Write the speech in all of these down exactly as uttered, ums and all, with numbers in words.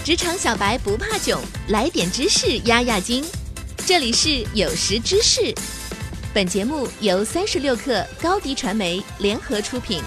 职场小白不怕囧，来点知识压压惊。这里是有识知识，本节目由三十六克高低传媒联合出品。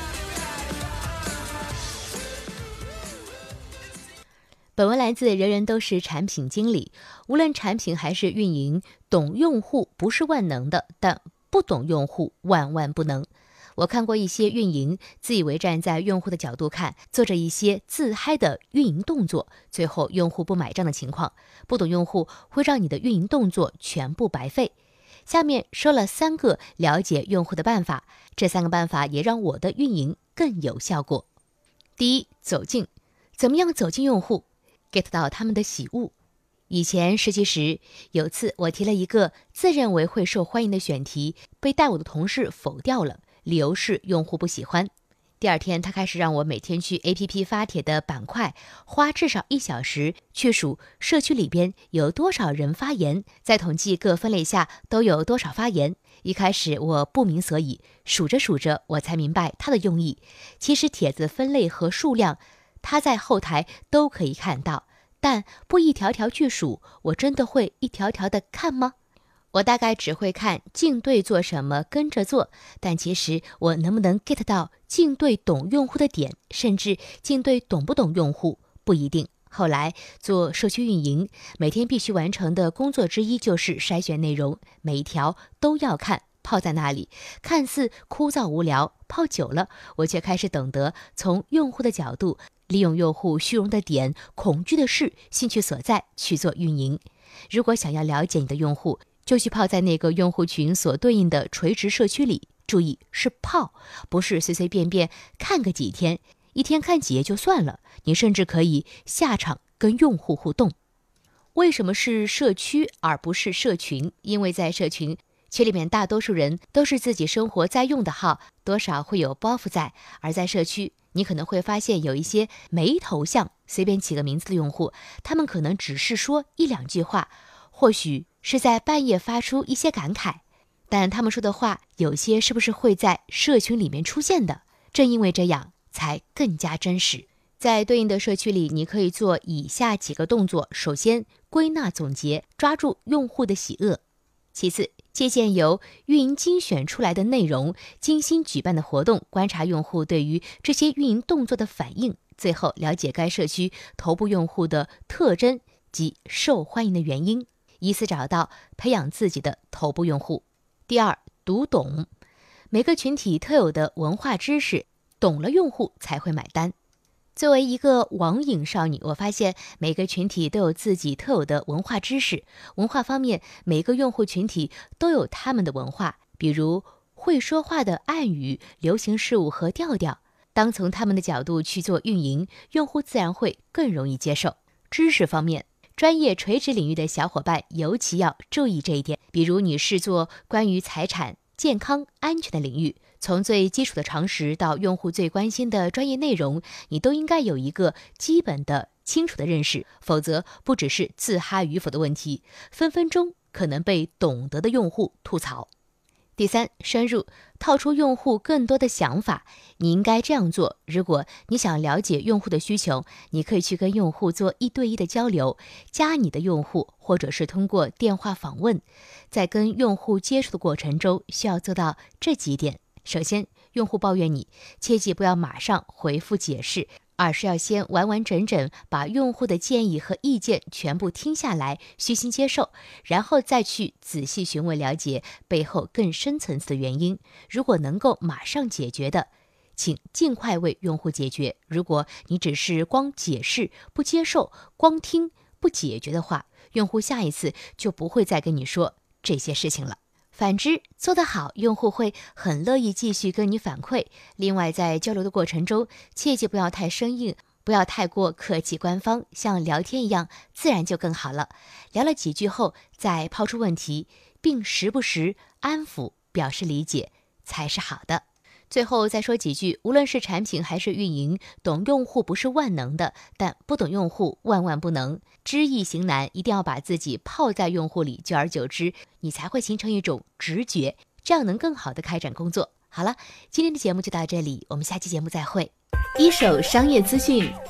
本文来自人人都是产品经理。无论产品还是运营，懂用户不是万能的，但不懂用户万万不能。我看过一些运营自以为站在用户的角度看，做着一些自嗨的运营动作，最后用户不买账的情况。不懂用户会让你的运营动作全部白费。下面说了三个了解用户的办法，这三个办法也让我的运营更有效果。第一，走近。怎么样走进用户 get 到他们的喜恶？以前实习时，有次我提了一个自认为会受欢迎的选题，被带我的同事否掉了，理由是用户不喜欢。第二天，他开始让我每天去 A P P 发帖的板块，花至少一小时去数社区里边有多少人发言，再统计各分类下都有多少发言。一开始我不明所以，数着数着我才明白他的用意。其实帖子分类和数量，他在后台都可以看到，但不一条条去数，我真的会一条条的看吗？我大概只会看竞对做什么跟着做，但其实我能不能 get 到竞对懂用户的点，甚至竞对懂不懂用户不一定。后来做社区运营，每天必须完成的工作之一就是筛选内容，每一条都要看，泡在那里看似枯燥无聊，泡久了我却开始懂得从用户的角度，利用用户虚荣的点、恐惧的事、兴趣所在去做运营。如果想要了解你的用户，就去泡在那个用户群所对应的垂直社区里，注意是泡，不是随随便便看个几天，一天看几页就算了，你甚至可以下场跟用户互动。为什么是社区而不是社群？因为在社群群里面大多数人都是自己生活在用的号，多少会有包袱在，而在社区你可能会发现有一些没头像随便起个名字的用户，他们可能只是说一两句话，或许是在半夜发出一些感慨，但他们说的话有些是不是会在社群里面出现的？正因为这样才更加真实。在对应的社区里，你可以做以下几个动作。首先，归纳总结，抓住用户的喜恶。其次，借鉴由运营精选出来的内容，精心举办的活动，观察用户对于这些运营动作的反应。最后，了解该社区头部用户的特征及受欢迎的原因，以此找到培养自己的头部用户。第二，读懂每个群体特有的文化知识，懂了用户才会买单。作为一个网瘾少女，我发现每个群体都有自己特有的文化知识。文化方面，每个用户群体都有他们的文化，比如会说话的暗语、流行事物和调调。当从他们的角度去做运营，用户自然会更容易接受。知识方面，专业垂直领域的小伙伴尤其要注意这一点。比如你是做关于财产、健康、安全的领域，从最基础的常识到用户最关心的专业内容，你都应该有一个基本的清楚的认识，否则不只是自哈与否的问题，分分钟可能被懂得的用户吐槽。第三，深入套出用户更多的想法。你应该这样做，如果你想了解用户的需求，你可以去跟用户做一对一的交流，加你的用户，或者是通过电话访问。在跟用户接触的过程中，需要做到这几点。首先，用户抱怨你，切记不要马上回复解释，而是要先完完整整把用户的建议和意见全部听下来，虚心接受，然后再去仔细询问了解背后更深层次的原因。如果能够马上解决的，请尽快为用户解决。如果你只是光解释不接受，光听不解决的话，用户下一次就不会再跟你说这些事情了。反之，做得好，用户会很乐意继续跟你反馈。另外，在交流的过程中，切记不要太生硬，不要太过客气官方，像聊天一样自然就更好了。聊了几句后，再抛出问题，并时不时安抚表示理解，才是好的。最后再说几句，无论是产品还是运营，懂用户不是万能的，但不懂用户万万不能。知易行难，一定要把自己泡在用户里，久而久之，你才会形成一种直觉，这样能更好的开展工作。好了，今天的节目就到这里，我们下期节目再会。一手商业资讯，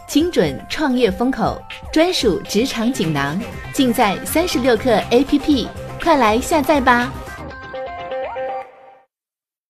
精准创业风口，专属职场锦囊，尽在三十六课 A P P， 快来下载吧。